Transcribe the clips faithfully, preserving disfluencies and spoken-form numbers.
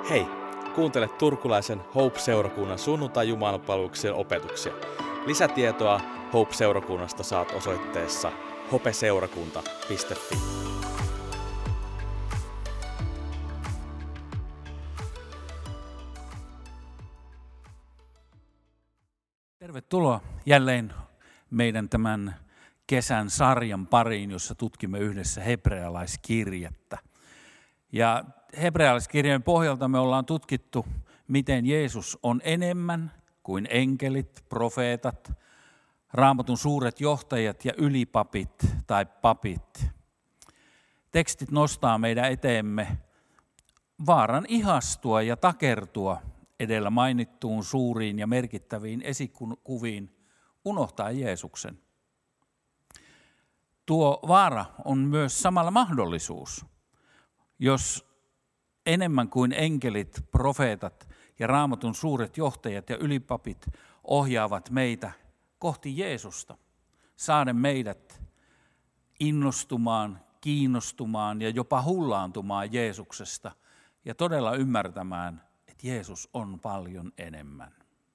Hei, kuuntele turkulaisen Hope-seurakunnan sunnuntai-jumalanpalveluksen opetuksia. Lisätietoa Hope-seurakunnasta saat osoitteessa hopeseurakunta piste fi. Tervetuloa jälleen meidän tämän kesän sarjan pariin, jossa tutkimme yhdessä hebrealaiskirjettä. Ja hebrealaiskirjeen pohjalta me ollaan tutkittu, miten Jeesus on enemmän kuin enkelit, profeetat, Raamatun suuret johtajat ja ylipapit tai papit. Tekstit nostaa meidän eteemme vaaran ihastua ja takertua edellä mainittuun suuriin ja merkittäviin esikuviin, unohtaa Jeesuksen. Tuo vaara on myös samalla mahdollisuus, jos enemmän kuin enkelit, profeetat ja Raamatun suuret johtajat ja ylipapit ohjaavat meitä kohti Jeesusta, saaden meidät innostumaan, kiinnostumaan ja jopa hullaantumaan Jeesuksesta ja todella ymmärtämään, että Jeesus on paljon enemmän.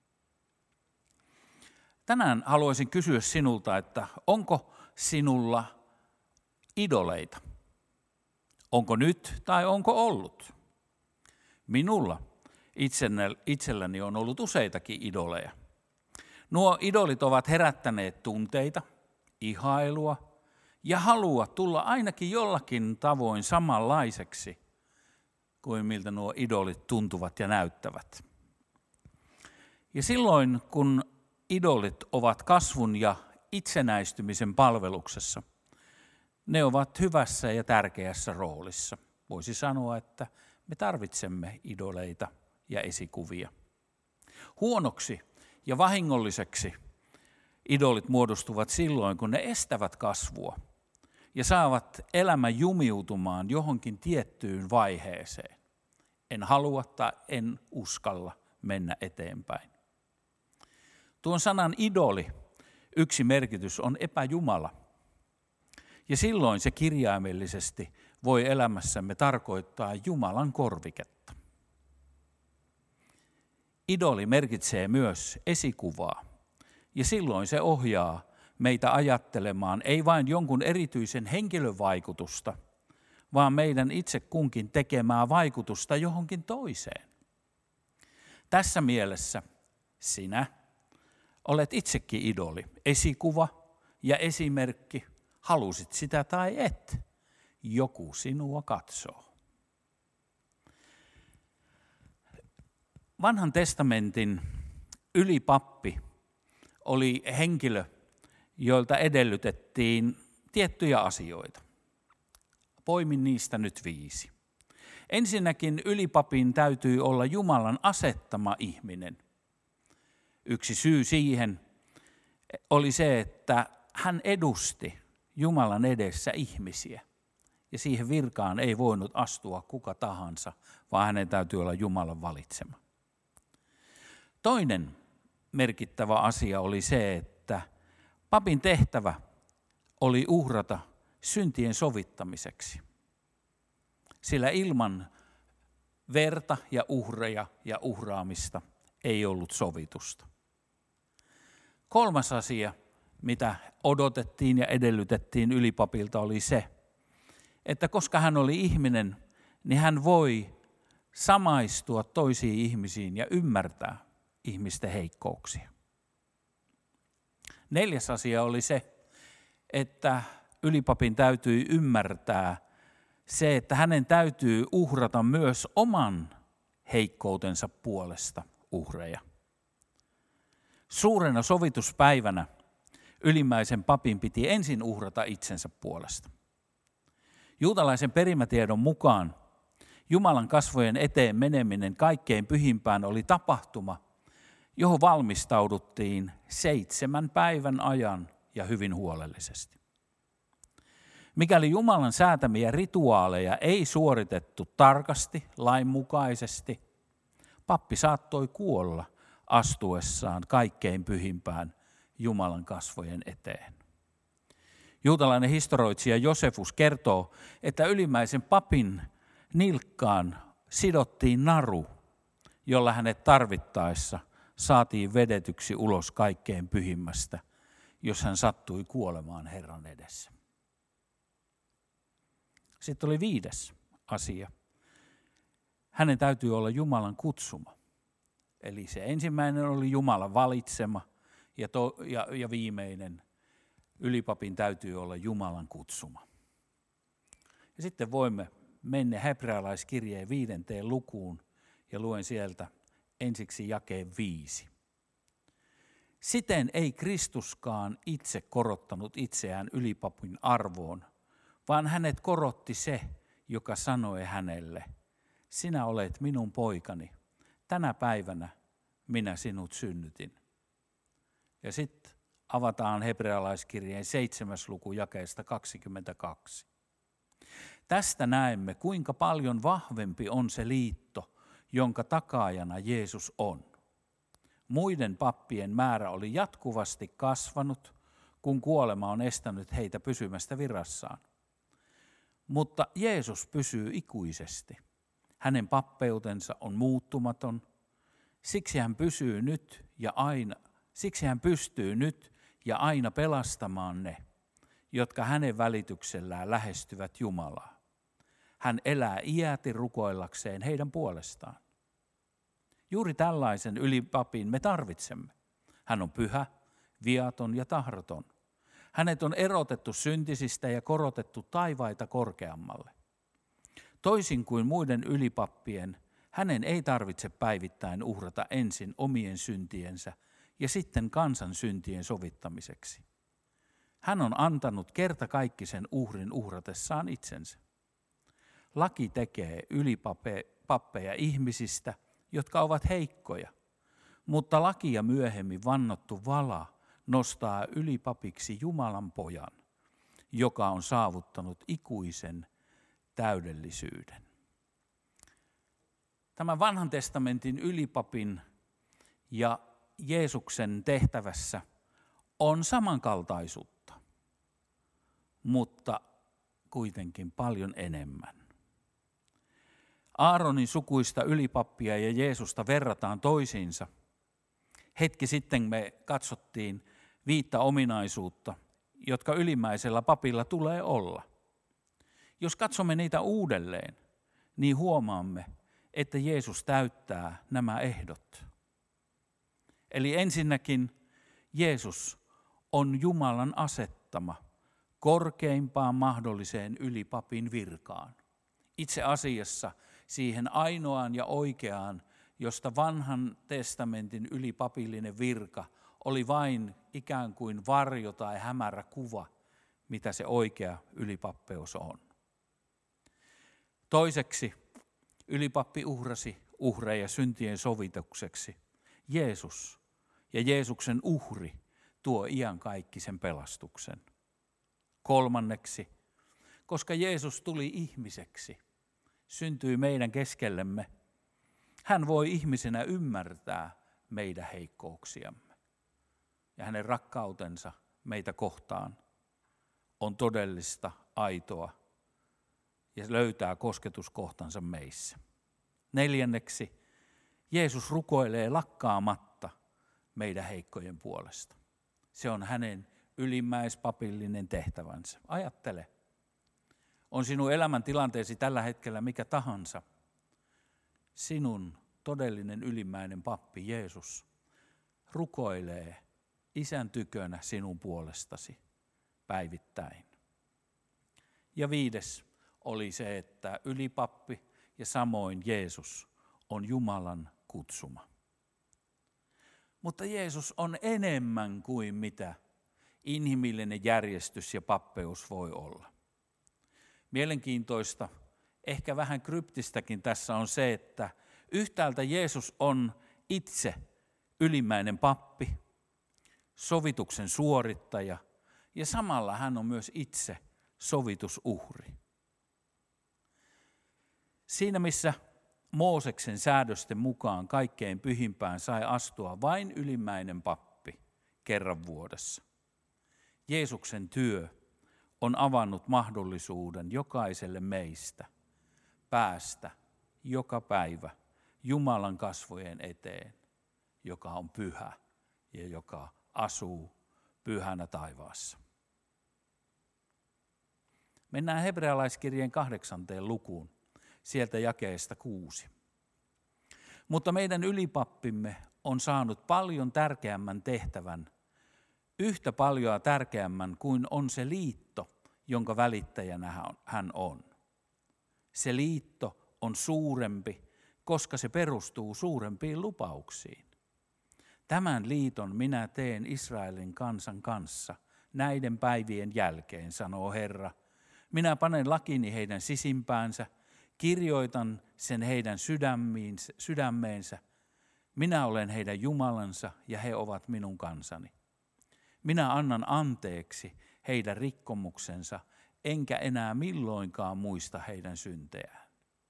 Tänään haluaisin kysyä sinulta, että onko sinulla idoleita? Onko nyt tai onko ollut? Minulla itselläni on ollut useitakin idoleja. Nuo idolit ovat herättäneet tunteita, ihailua ja halua tulla ainakin jollakin tavoin samanlaiseksi kuin miltä nuo idolit tuntuvat ja näyttävät. Ja silloin, kun idolit ovat kasvun ja itsenäistymisen palveluksessa, ne ovat hyvässä ja tärkeässä roolissa. Voisi sanoa, että me tarvitsemme idoleita ja esikuvia. Huonoksi ja vahingolliseksi idolit muodostuvat silloin, kun ne estävät kasvua ja saavat elämän jumiutumaan johonkin tiettyyn vaiheeseen. En halua tai en uskalla mennä eteenpäin. Tuon sanan idoli yksi merkitys on epäjumala. Ja silloin se kirjaimellisesti voi elämässämme tarkoittaa Jumalan korviketta. Idoli merkitsee myös esikuvaa, ja silloin se ohjaa meitä ajattelemaan ei vain jonkun erityisen henkilön vaikutusta, vaan meidän itse kunkin tekemää vaikutusta johonkin toiseen. Tässä mielessä sinä olet itsekin idoli, esikuva ja esimerkki, halusit sitä tai et, joku sinua katsoo. Vanhan testamentin ylipappi oli henkilö, joilta edellytettiin tiettyjä asioita. Poimin niistä nyt viisi. Ensinnäkin ylipapin täytyy olla Jumalan asettama ihminen. Yksi syy siihen oli se, että hän edusti Jumalan edessä ihmisiä. Ja siihen virkaan ei voinut astua kuka tahansa, vaan hänen täytyy olla Jumalan valitsema. Toinen merkittävä asia oli se, että papin tehtävä oli uhrata syntien sovittamiseksi. Sillä ilman verta ja uhreja ja uhraamista ei ollut sovitusta. Kolmas asia, mitä odotettiin ja edellytettiin ylipapilta, oli se, että koska hän oli ihminen, niin hän voi samaistua toisiin ihmisiin ja ymmärtää ihmisten heikkouksia. Neljäs asia oli se, että ylipapin täytyy ymmärtää se, että hänen täytyy uhrata myös oman heikkoutensa puolesta uhreja. Suurena sovituspäivänä ylimmäisen papin piti ensin uhrata itsensä puolesta. Juutalaisen perimätiedon mukaan Jumalan kasvojen eteen meneminen kaikkein pyhimpään oli tapahtuma, johon valmistauduttiin seitsemän päivän ajan ja hyvin huolellisesti. Mikäli Jumalan säätämiä rituaaleja ei suoritettu tarkasti, lainmukaisesti, pappi saattoi kuolla astuessaan kaikkein pyhimpään Jumalan kasvojen eteen. Juutalainen historioitsija Josefus kertoo, että ylimmäisen papin nilkkaan sidottiin naru, jolla hänet tarvittaessa saatiin vedetyksi ulos kaikkein pyhimmästä, jos hän sattui kuolemaan Herran edessä. Sitten oli viides asia. Hänen täytyy olla Jumalan kutsuma. Eli se ensimmäinen oli Jumalan valitsema ja, to, ja, ja viimeinen ylipapin täytyy olla Jumalan kutsuma. Ja sitten voimme mennä hebrealaiskirjeen viidenteen lukuun ja luen sieltä ensiksi jakeen viisi. Siten ei Kristuskaan itse korottanut itseään ylipapin arvoon, vaan hänet korotti se, joka sanoi hänelle, sinä olet minun poikani, tänä päivänä minä sinut synnytin. Ja sitten avataan hebrealaiskirjeen seitsemäs luku jakeesta kaksikymmentäkaksi. Tästä näemme, kuinka paljon vahvempi on se liitto, jonka takaajana Jeesus on. Muiden pappien määrä oli jatkuvasti kasvanut, kun kuolema on estänyt heitä pysymästä virassaan. Mutta Jeesus pysyy ikuisesti. Hänen pappeutensa on muuttumaton. Siksi hän pysyy nyt ja aina, siksi hän pystyy nyt ja aina pelastamaan ne, jotka hänen välityksellään lähestyvät Jumalaa. Hän elää iäti rukoillakseen heidän puolestaan. Juuri tällaisen ylipapin me tarvitsemme. Hän on pyhä, viaton ja tahdoton. Hänet on erotettu syntisistä ja korotettu taivaita korkeammalle. Toisin kuin muiden ylipappien, hänen ei tarvitse päivittäin uhrata ensin omien syntiensä ja sitten kansan syntien sovittamiseksi. Hän on antanut kertakaikkisen uhrin uhratessaan itsensä. Laki tekee ylipappeja ihmisistä, jotka ovat heikkoja, mutta lakia myöhemmin vannottu vala nostaa ylipapiksi Jumalan pojan, joka on saavuttanut ikuisen täydellisyyden. Tämän vanhan testamentin ylipapin ja Jeesuksen tehtävässä on samankaltaisuutta, mutta kuitenkin paljon enemmän. Aaronin sukuista ylipappia ja Jeesusta verrataan toisiinsa. Hetki sitten me katsottiin viittä ominaisuutta, jotka ylimmäisellä papilla tulee olla. Jos katsomme niitä uudelleen, niin huomaamme, että Jeesus täyttää nämä ehdot. Eli ensinnäkin Jeesus on Jumalan asettama korkeimpaan mahdolliseen ylipapin virkaan. Itse asiassa siihen ainoaan ja oikeaan, josta vanhan testamentin ylipapillinen virka oli vain ikään kuin varjo tai hämärä kuva, mitä se oikea ylipappeus on. Toiseksi ylipappi uhrasi uhreja syntien sovitukseksi. Jeesus ja Jeesuksen uhri tuo iankaikkisen pelastuksen. Kolmanneksi, koska Jeesus tuli ihmiseksi, syntyi meidän keskellemme, hän voi ihmisenä ymmärtää meidän heikkouksiamme. Ja hänen rakkautensa meitä kohtaan on todellista, aitoa ja löytää kosketuskohtansa meissä. Neljänneksi, Jeesus rukoilee lakkaamatta meidän heikkojen puolesta. Se on hänen ylimmäispapillinen tehtävänsä. Ajattele, on sinun elämäntilanteesi tällä hetkellä mikä tahansa. Sinun todellinen ylimmäinen pappi Jeesus rukoilee Isän tykönä sinun puolestasi päivittäin. Ja viides oli se, että ylipappi ja samoin Jeesus on Jumalan kutsuma. Mutta Jeesus on enemmän kuin mitä inhimillinen järjestys ja pappeus voi olla. Mielenkiintoista, ehkä vähän kryptistäkin tässä on se, että yhtäältä Jeesus on itse ylimmäinen pappi, sovituksen suorittaja ja samalla hän on myös itse sovitusuhri. Siinä missä Mooseksen säädösten mukaan kaikkein pyhimpään sai astua vain ylimmäinen pappi kerran vuodessa. Jeesuksen työ on avannut mahdollisuuden jokaiselle meistä päästä joka päivä Jumalan kasvojen eteen, joka on pyhä ja joka asuu pyhänä taivaassa. Mennään hebrealaiskirjeen kahdeksanteen lukuun, sieltä jakeesta kuusi. Mutta meidän ylipappimme on saanut paljon tärkeämmän tehtävän, yhtä paljon tärkeämmän kuin on se liitto, jonka välittäjänä hän on. Se liitto on suurempi, koska se perustuu suurempiin lupauksiin. Tämän liiton minä teen Israelin kansan kanssa näiden päivien jälkeen, sanoo Herra. Minä panen lakini heidän sisimpäänsä, kirjoitan sen heidän sydämeensä. Minä olen heidän Jumalansa ja he ovat minun kansani. Minä annan anteeksi heidän rikkomuksensa, enkä enää milloinkaan muista heidän syntejään.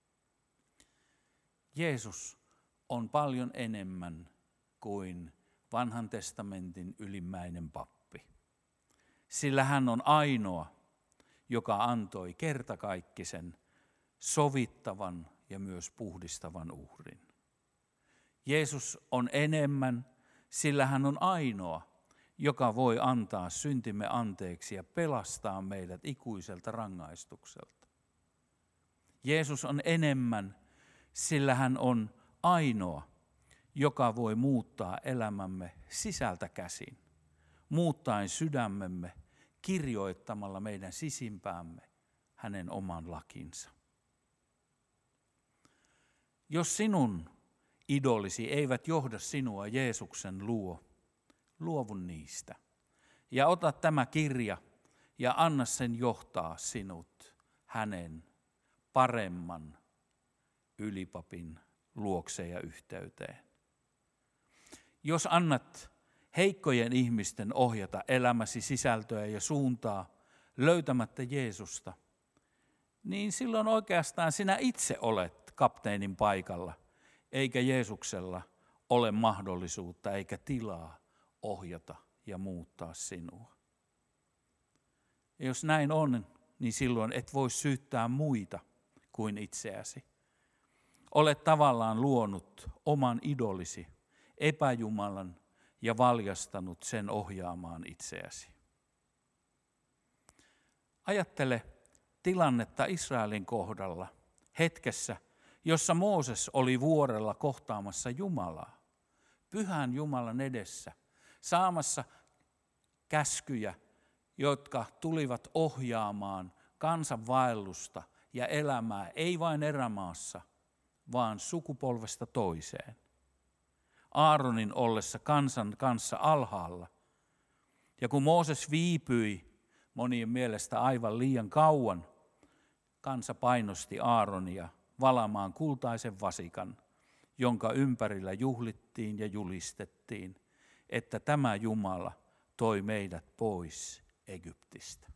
Jeesus on paljon enemmän kuin vanhan testamentin ylimmäinen pappi. Sillä hän on ainoa, joka antoi kertakaikkisen, sovittavan ja myös puhdistavan uhrin. Jeesus on enemmän, sillä hän on ainoa, joka voi antaa syntimme anteeksi ja pelastaa meidät ikuiselta rangaistukselta. Jeesus on enemmän, sillä hän on ainoa, joka voi muuttaa elämämme sisältä käsin, muuttaen sydämemme, kirjoittamalla meidän sisimpäämme hänen oman lakinsa. Jos sinun idolisi eivät johda sinua Jeesuksen luo, luovu niistä ja ota tämä kirja ja anna sen johtaa sinut hänen paremman ylipapin luokseen ja yhteyteen. Jos annat heikkojen ihmisten ohjata elämäsi sisältöä ja suuntaa löytämättä Jeesusta, niin silloin oikeastaan sinä itse olet kapteenin paikalla, eikä Jeesuksella ole mahdollisuutta eikä tilaa ohjata ja muuttaa sinua. Ja jos näin on, niin silloin et voi syyttää muita kuin itseäsi. Olet tavallaan luonut oman idolisi, epäjumalan, ja valjastanut sen ohjaamaan itseäsi. Ajattele tilannetta Israelin kohdalla hetkessä, jossa Mooses oli vuorella kohtaamassa Jumalaa, pyhän Jumalan edessä, saamassa käskyjä, jotka tulivat ohjaamaan kansanvaellusta ja elämää ei vain erämaassa, vaan sukupolvesta toiseen. Aaronin ollessa kansan kanssa alhaalla. Ja kun Mooses viipyi monien mielestä aivan liian kauan, kansa painosti Aaronia valamaan kultaisen vasikan, jonka ympärillä juhlittiin ja julistettiin, että tämä Jumala toi meidät pois Egyptistä.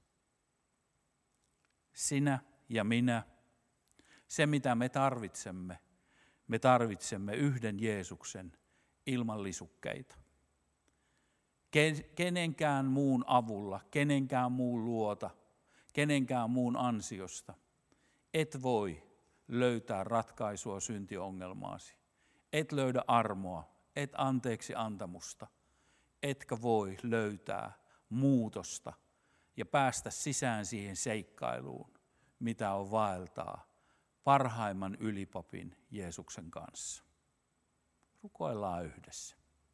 Sinä ja minä, se mitä me tarvitsemme, me tarvitsemme yhden Jeesuksen ilman lisukkeita. Kenenkään muun avulla, kenenkään muun luota, kenenkään muun ansiosta et voi löytää ratkaisua syntiongelmaasi. Et löydä armoa, et anteeksi antamusta, etkä voi löytää muutosta ja päästä sisään siihen seikkailuun, mitä on vaeltaa parhaimman ylipapin Jeesuksen kanssa. Rukoillaan yhdessä.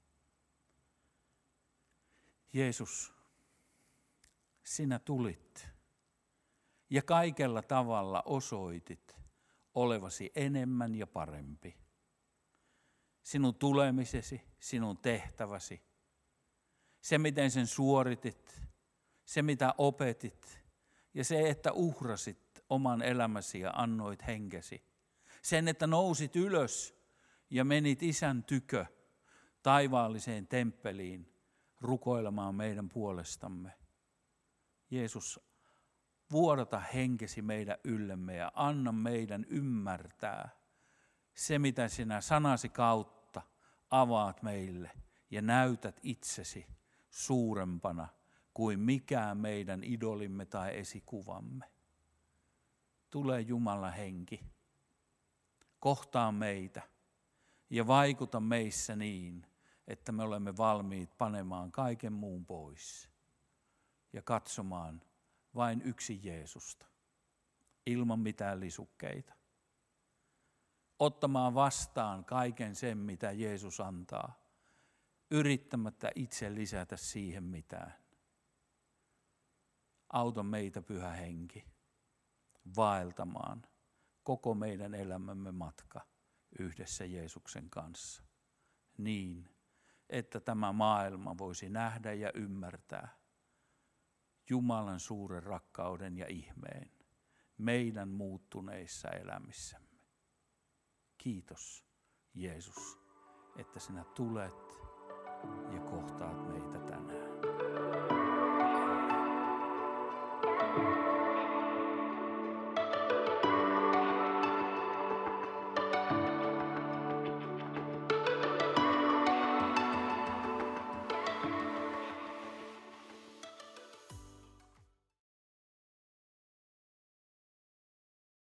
Jeesus, sinä tulit ja kaikella tavalla osoitit olevasi enemmän ja parempi. Sinun tulemisesi, sinun tehtäväsi, se miten sen suoritit, se mitä opetit ja se, että uhrasit oman elämäsi ja annoit henkesi. Sen, että nousit ylös ja menit Isän tykö taivaalliseen temppeliin rukoilemaan meidän puolestamme. Jeesus, vuodata henkesi meidän yllemme ja anna meidän ymmärtää se, mitä sinä sanasi kautta avaat meille ja näytät itsesi suurempana kuin mikään meidän idolimme tai esikuvamme. Tule Jumalan henki. kohtaa meitä ja vaikuta meissä niin, että me olemme valmiit panemaan kaiken muun pois ja katsomaan vain yksi Jeesusta, ilman mitään lisukkeita. Ottamaan vastaan kaiken sen, mitä Jeesus antaa, yrittämättä itse lisätä siihen mitään. Auta meitä, Pyhä Henki, vaeltamaan koko meidän elämämme matka yhdessä Jeesuksen kanssa niin, että tämä maailma voisi nähdä ja ymmärtää Jumalan suuren rakkauden ja ihmeen meidän muuttuneissa elämissämme. Kiitos, Jeesus, että sinä tulet ja kohtaat meitä